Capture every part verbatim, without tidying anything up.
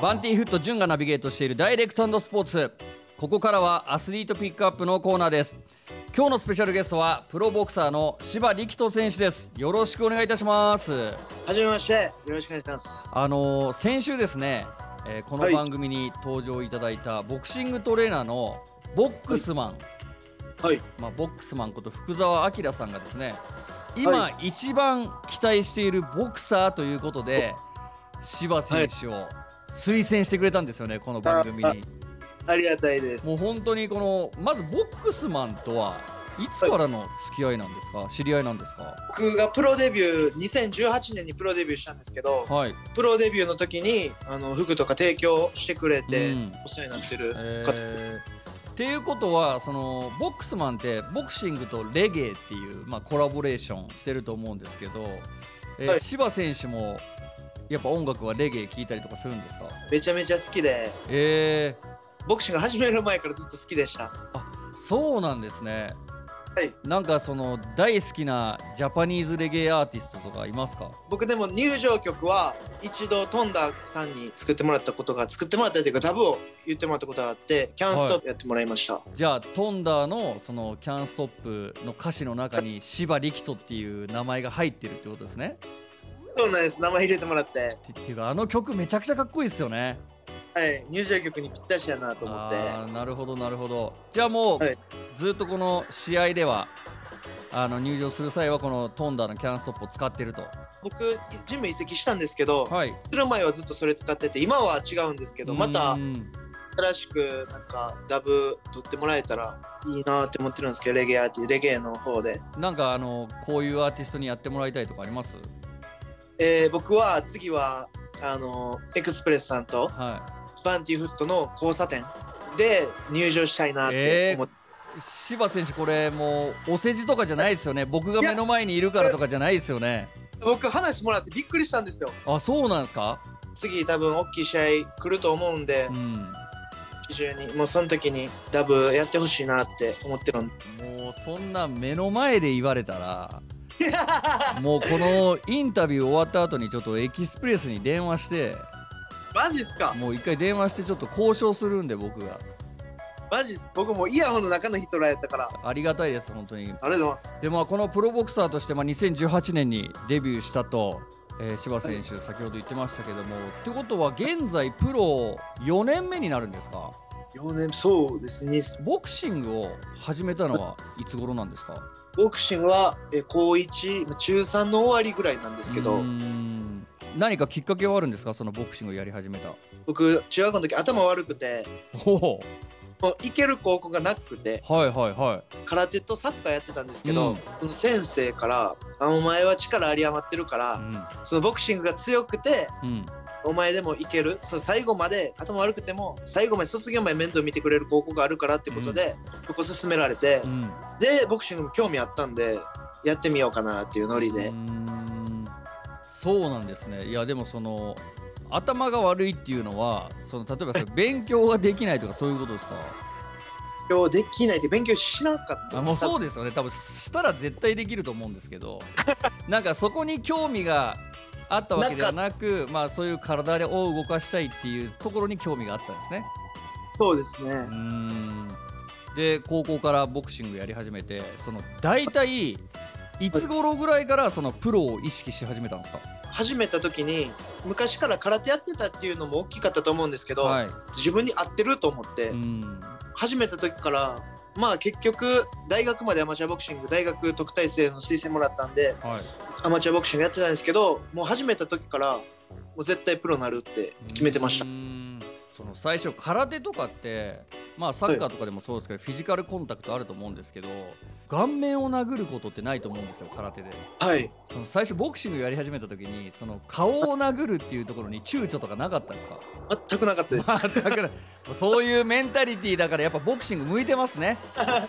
バンティーフット潤がナビゲートしているダイレクト&スポーツ。ここからはアスリートピックアップのコーナーです。今日のスペシャルゲストはプロボクサーの柴力人選手です。よろしくお願いいたします。 はじめまして、よろしくお願いします。 あのー、先週ですね、えー、この番組に登場いただいたボクシングトレーナーのボックスマン、 はい、 まあ、ボックスマンこと福澤明さんがですね、今、 はい、 一番期待しているボクサーということで柴選手を推薦してくれたんですよね、この番組に。 あ, あ, ありがたいです。 もう本当にこのまずボックスマンとはいつからの付き合いなんですか、はい、知り合いなんですか？ 僕がプロデビューにせんじゅうはちねんにプロデビューしたんですけど、はい、プロデビューの時にあの服とか提供してくれて、うん、お世話になってる方、 えー、っていうことはそのボックスマンってボクシングとレゲエっていう、まあ、コラボレーションしてると思うんですけど、えーはい、柴選手もやっぱ音楽はレゲエ聴いたりとかするんですか？ めちゃめちゃ好きで、 えー、ボクシング始める前からずっと好きでした。 あ、そうなんですね。 はい、 なんかその大好きなジャパニーズレゲエアーティストとかいますか？ 僕でも入場曲は一度トンダさんに作ってもらったことが作ってもらったというかダブを言ってもらったことがあってキャンストップやってもらいました、はい、 じゃあトンダのそのキャンストップの歌詞の中に柴力人っていう名前が入ってるってことですね。 そうなんです、名前入れてもらって。 っていうかあの曲めちゃくちゃかっこいいですよね。 はい、入場曲にぴったしやなと思って。 あー、なるほどなるほど。じゃあもう、はい、ずっとこの試合ではあの入場する際はこのトンダのキャンストップを使ってると。 僕ジム移籍したんですけど、はい、する前はずっとそれ使ってて今は違うんですけど、また新しくなんかダブ取ってもらえたらいいなって思ってるんですけど、レゲエアーティレゲエの方でなんかあのこういうアーティストにやってもらいたいとかあります？ えー、僕は次はあのエクスプレスさんと、はい、バンティーフットの交差点で入場したいなって思って、 えー、柴選手これもうお世辞とかじゃないですよね。僕が目の前にいるからとかじゃないですよね。 僕話もらってびっくりしたんですよ。 あ、そうなんですか？ 次多分大きい試合来ると思うんで、うん、中にもうその時にダブやってほしいなって思ってるんで。 もうそんな目の前で言われたらもうこのインタビュー終わった後にちょっとエキスプレスに電話して。 マジっすか？ もう一回電話してちょっと交渉するんで僕が。 マジっす。僕もイヤホンの中の人らやったから。 ありがたいです本当に。ありがとうございます。 でもこのプロボクサーとしてまあにせんじゅうはちねんにデビューしたと、えー、柴選手、はい、先ほど言ってましたけども、ってことは現在プロよねんめになるんですか？ よねん、そうですね。 ボクシングを始めたのはいつ頃なんですか？ ボクシングはこういち、中さんの終わりぐらいなんですけど。 うーん、何かきっかけはあるんですか？そのボクシングをやり始めた。 僕中学校の時頭悪くて、 ほう、もう行ける高校がなくて、 はいはいはい、 空手とサッカーやってたんですけど、うん、その先生からあお前は力有り余ってるから、うん、そのボクシングが強くて、うん、お前でもいける、その最後まで頭悪くても最後まで卒業まで面倒見てくれる高校があるからってことで、うん、そこ勧められて、うん、でボクシングも興味あったんでやってみようかなっていうノリで。うーん、そうなんですね。いやでもその頭が悪いっていうのはその例えばその勉強ができないとかそういうことですか？ 勉強できないって勉強しなかった。 あ、もうそうですよね。多分したら絶対できると思うんですけどなんかそこに興味があったわけではなく、まあそういう体を動かしたいっていうところに興味があったんですね。 そうですね。うーん、で高校からボクシングやり始めて、その大体いつ頃ぐらいからそのプロを意識し始めたんですか？ 始めた時に昔から空手やってたっていうのも大きかったと思うんですけど、はい、自分に合ってると思って、うん、始めた時からまあ結局大学までアマチュアボクシング、大学特待生の推薦もらったんで、はい、アマチュアボクシングやってたんですけど、もう始めた時からもう絶対プロになるって決めてました。 うーん、その最初空手とかってまあサッカーとかでもそうですけど、はい、フィジカルコンタクトあると思うんですけど、顔面を殴ることってないと思うんですよ空手で。 はい。 その最初ボクシングやり始めた時にその顔を殴るっていうところに躊躇とかなかったですか？ 全くなかったです。 全くなそういうメンタリティーだからやっぱボクシング向いてますね。はい。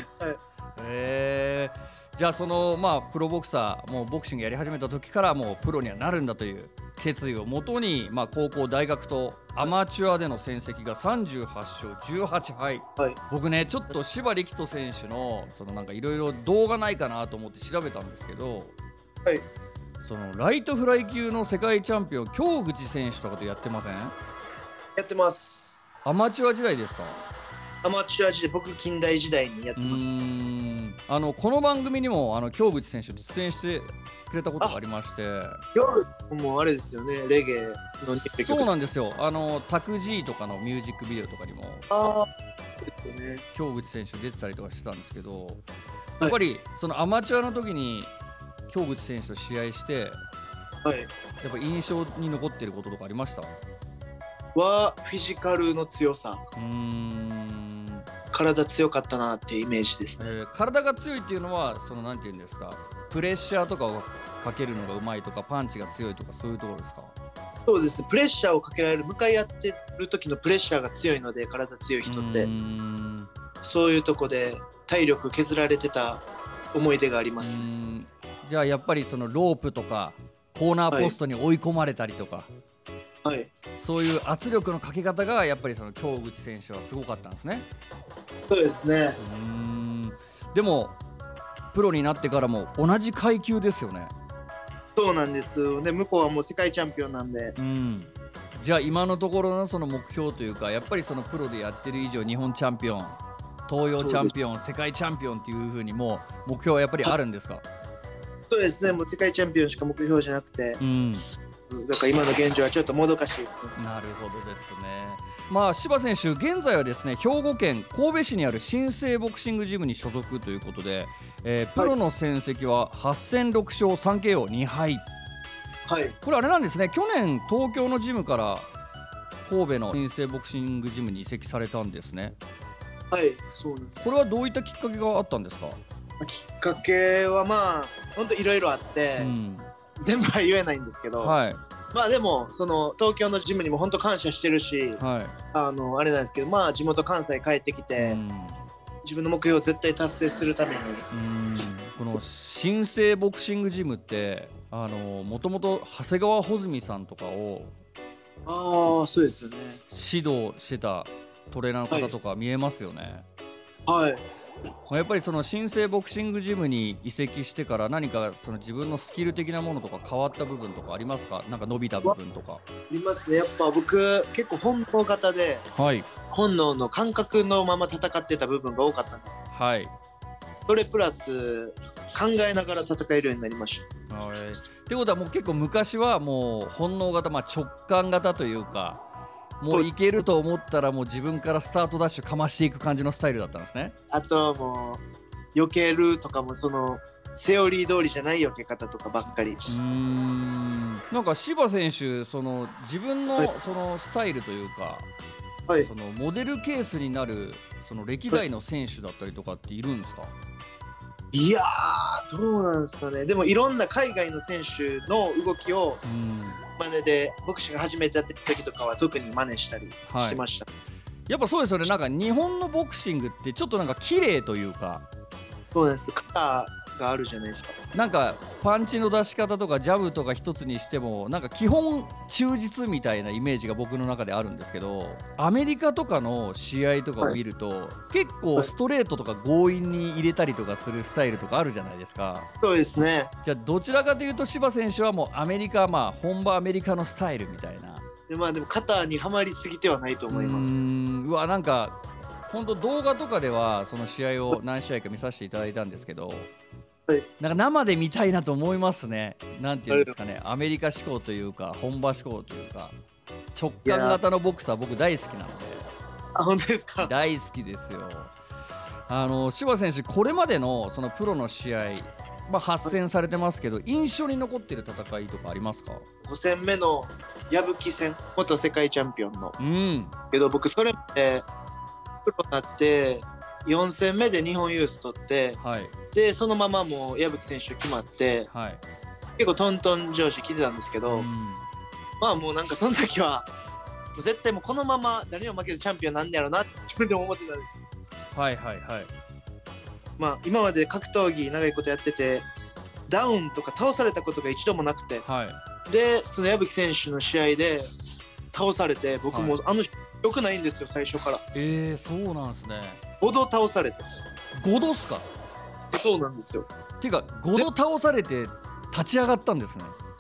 へー、じゃあそのまあプロボクサーもうボクシングやり始めた時からもうプロにはなるんだという決意をもとに、まあ、高校大学とアマチュアでの戦績がさんじゅうはちしょうじゅうはちはい、はい、僕ねちょっと柴力人選手のそのなんかいろいろ動画ないかなと思って調べたんですけど、 はい、 そのライトフライ級の世界チャンピオン京口選手とかとやってません？ やってます。 アマチュア時代ですか？ アマチュア時代、僕近代時代にやってます。うーん、あのこの番組にもあの京口選手出演してくれたことがありまして。 京口もあれですよね、レゲエのそうなんですよ。あのタク G とかのミュージックビデオとかにもあー、ね、 京口選手出てたりとかしてたんですけど、やっぱりそのアマチュアの時に京口選手と試合して、 はい、 やっぱ印象に残っていることとかありました？ はフィジカルの強さ。 うーん、 体強かったなっていうイメージですね。 えー、体が強いっていうのはそのなんていうんですか、プレッシャーとかをかけるのがうまいとかパンチが強いとかそういうところですか？ そうです。プレッシャーをかけられる、向かい合ってる時のプレッシャーが強いので、体強い人ってそういうとこで体力削られてた思い出があります。 うーん、じゃあやっぱりそのロープとかコーナーポストに追い込まれたりとか、 はい、 そういう圧力のかけ方がやっぱりその京口選手はすごかったんですね。 そうですね。 うーん、でもプロになってからも同じ階級ですよね。 そうなんです。で向こうはもう世界チャンピオンなんで、 うん、じゃあ今のところのその目標というか、やっぱりそのプロでやってる以上日本チャンピオン、東洋チャンピオン、世界チャンピオンっていう風にもう目標はやっぱりあるんですか？ そうですね。もう世界チャンピオンしか目標じゃなくて、うん、だから今の現状はちょっともどかしいです。 なるほどですね。まあ柴選手現在はですね、兵庫県神戸市にある新生ボクシングジムに所属ということで、えー、プロの戦績ははっ戦ろく勝 さんケーオーに敗。はい、これあれなんですね、去年東京のジムから神戸の新生ボクシングジムに移籍されたんですね。 はい、そうなんです。 これはどういったきっかけがあったんですか？ きっかけはまあ本当いろいろあって、うん、全部は言えないんですけど、はい、まあでもその東京のジムにも本当感謝してるし、はい、あのあれなんですけど、まあ地元関西帰ってきて、うん、自分の目標を絶対達成するために、うん、 この新生ボクシングジムってあのもともと長谷川穂積さんとかをああそうですよね指導してたトレーナーの方とか見えますよね。 はい、 やっぱりその新生ボクシングジムに移籍してから何かその自分のスキル的なものとか変わった部分とかありますか？なんか伸びた部分とか。ありますね。やっぱ僕結構本能型で、はい、本能の感覚のまま戦ってた部分が多かったんです。はい、それプラス考えながら戦えるようになりました。はい、 ってことはもう結構昔はもう本能型、まあ、直感型というか、もういけると思ったらもう自分からスタートダッシュかましていく感じのスタイルだったんですね。 あともう避けるとかもそのセオリー通りじゃない避け方とかばっかり。うーん、なんか柴選手その自分のそのスタイルというか、はい、そのモデルケースになるその歴代の選手だったりとかっているんですか？ いやーどうなんですかね。でもいろんな海外の選手の動きを真似で、ボクシング始めた時とかは特に真似したりしてました。はい、 やっぱそうですよね。なんか日本のボクシングってちょっとなんか綺麗というか。 そうです。肩があるじゃないですか。 なんかパンチの出し方とかジャブとか一つにしてもなんか基本忠実みたいなイメージが僕の中であるんですけど、アメリカとかの試合とかを見ると、はい、結構ストレートとか強引に入れたりとかするスタイルとかあるじゃないですか。 そうですね。 じゃあどちらかというと柴選手はもうアメリカ、まあ本場アメリカのスタイルみたいな。 でまあでも肩にはまりすぎてはないと思います。 うーん、うわなんか本当動画とかではその試合を何試合か見させていただいたんですけど、はい、なんか生で見たいなと思いますね。なんていうんですかね、アメリカ志向というか本場志向というか直感型のボクサー僕大好きなので。 あ、本当ですか？ 大好きですよ。あの柴選手これまでのそのプロの試合、まあ、はち戦されてますけど印象に残っている戦いとかありますか？ ご戦目の矢吹戦、元世界チャンピオンの、うん、けど僕それまでプロになってよん戦目で日本ユース取って、はい、でそのままもう矢吹選手決まって、はい、結構トントン上司来てたんですけど、うん、まあもうなんかその時はもう絶対もうこのまま誰にも負けずチャンピオンなんだやろうなって自分でも思ってたんですよ。 はいはいはい。 まあ今まで格闘技長いことやっててダウンとか倒されたことが一度もなくて、はい、でその矢吹選手の試合で倒されて僕も、はい、あの良くないんですよ最初から。 えー、そうなんですね。 ごど倒されて。 ごどっすか？ そうなんですよ。 ていうかごど倒されて立ち上がったんですね。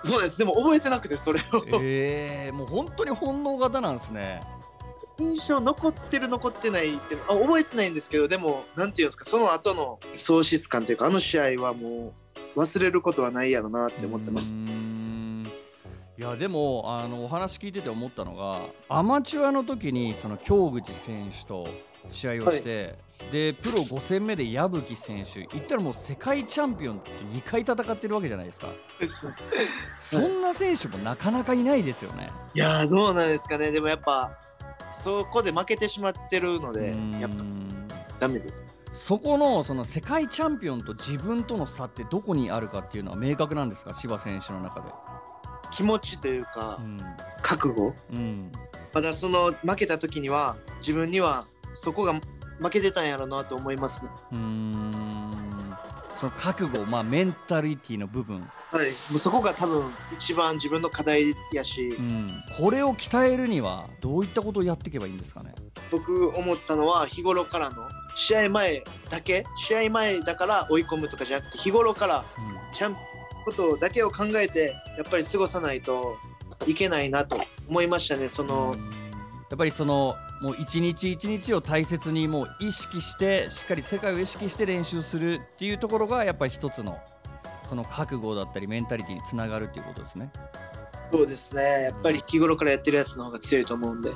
そうです。でも覚えてなくてそれをえー、もう本当に本能型なんですね。 印象残ってる残ってないってあ覚えてないんですけど、でもなんていうんですか、その後の喪失感というか、あの試合はもう忘れることはないやろなって思ってます。 うーんいやでもあのお話聞いてて思ったのが、アマチュアの時にその京口選手と試合をして、はい、でプロご戦目で矢吹選手言ったらもう世界チャンピオンとにかい戦ってるわけじゃないですか。そんな選手もなかなかいないですよね。 いやーどうなんですかね。でもやっぱそこで負けてしまってるのでやっぱダメです。 そこのその世界チャンピオンと自分との差ってどこにあるかっていうのは明確なんですか、柴選手の中で。 気持ちというか、うん、覚悟、うん、まだその負けた時には自分にはそこが負けてたんやろうなと思います。 うーんその覚悟、まあ、メンタリティの部分、 はい、もうそこが多分一番自分の課題やし、 うん、これを鍛えるにはどういったことをやっていけばいいんですかね。 僕思ったのは日頃からの試合前だけ試合前だから追い込むとかじゃなくて、日頃からちゃんことだけを考えてやっぱり過ごさないといけないなと思いましたね。そのやっぱりそのもう一日一日を大切にもう意識してしっかり世界を意識して練習するっていうところがやっぱり一つのその覚悟だったりメンタリティにつながるっていうことですね。 そうですね。やっぱり日頃からやってるやつの方が強いと思うんで。うん、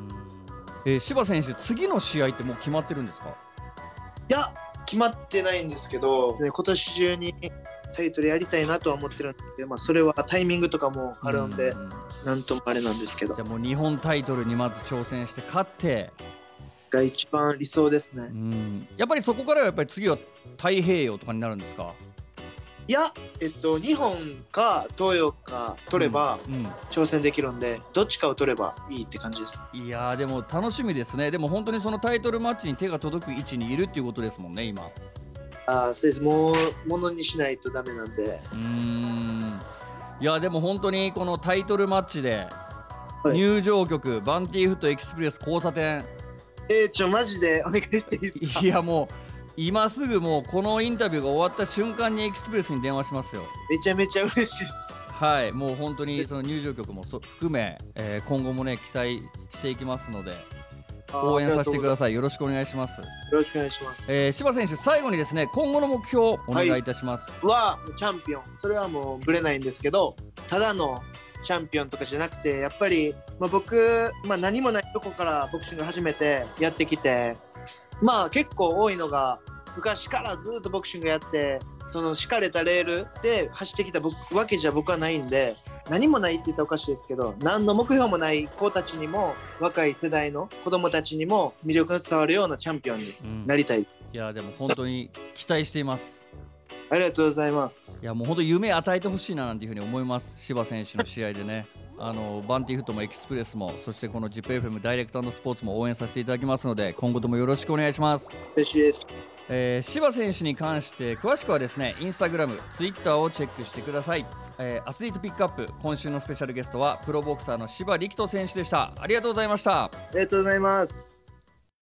えー、柴選手次の試合ってもう決まってるんですか？ いや決まってないんですけど、ね、今年中にタイトルやりたいなとは思ってるんで、まあ、それはタイミングとかもあるんで、うん、なんともあれなんですけど。 じゃあもう日本タイトルにまず挑戦して勝ってが一番理想ですね。 うん、やっぱりそこからはやっぱり次は太平洋とかになるんですか？ いや、えっと、日本か東洋か取れば挑戦できるんで、うんうん、どっちかを取ればいいって感じです。 いやーでも楽しみですね。でも本当にそのタイトルマッチに手が届く位置にいるっていうことですもんね今。 あ、そうです。もうものにしないとダメなんで。 うーんいやでも本当にこのタイトルマッチで入場曲、はい、バンティーフットエキスプレス交差点、 えー、ちょマジでお願いしていいですか？ いやもう今すぐもうこのインタビューが終わった瞬間にエキスプレスに電話しますよ。 めちゃめちゃ嬉しいです。 はい、もう本当にその入場曲もそ含め、えー、今後もね期待していきますので応援させてください。よろしくお願いします。よろしくお願いします。 えー、柴選手最後にですね今後の目標お願いいたします。 はい、はチャンピオン、それはもうぶれないんですけど、ただのチャンピオンとかじゃなくてやっぱり、まあ、僕、まあ、何もないとこからボクシング始めてやってきて、まあ結構多いのが昔からずっとボクシングやってその敷かれたレールで走ってきたわけじゃ僕はないんで、何もないって言ったらおかしいですけど何の目標もない子たちにも若い世代の子供たちにも魅力が伝わるようなチャンピオンになりたい、うん、いやでも本当に期待しています。 ありがとうございます。 いやもう本当夢与えてほしいななんていうふうに思います。柴選手の試合でねあのバンティーフットもエキスプレスもそしてこの ジップエフエム ダイレクト&スポーツも応援させていただきますので今後ともよろしくお願いします。 嬉しいです。 えー、柴選手に関して詳しくはですねインスタグラム、ツイッターをチェックしてください。えー、アスリートピックアップ今週のスペシャルゲストはプロボクサーの柴力斗選手でした。ありがとうございました。 ありがとうございます。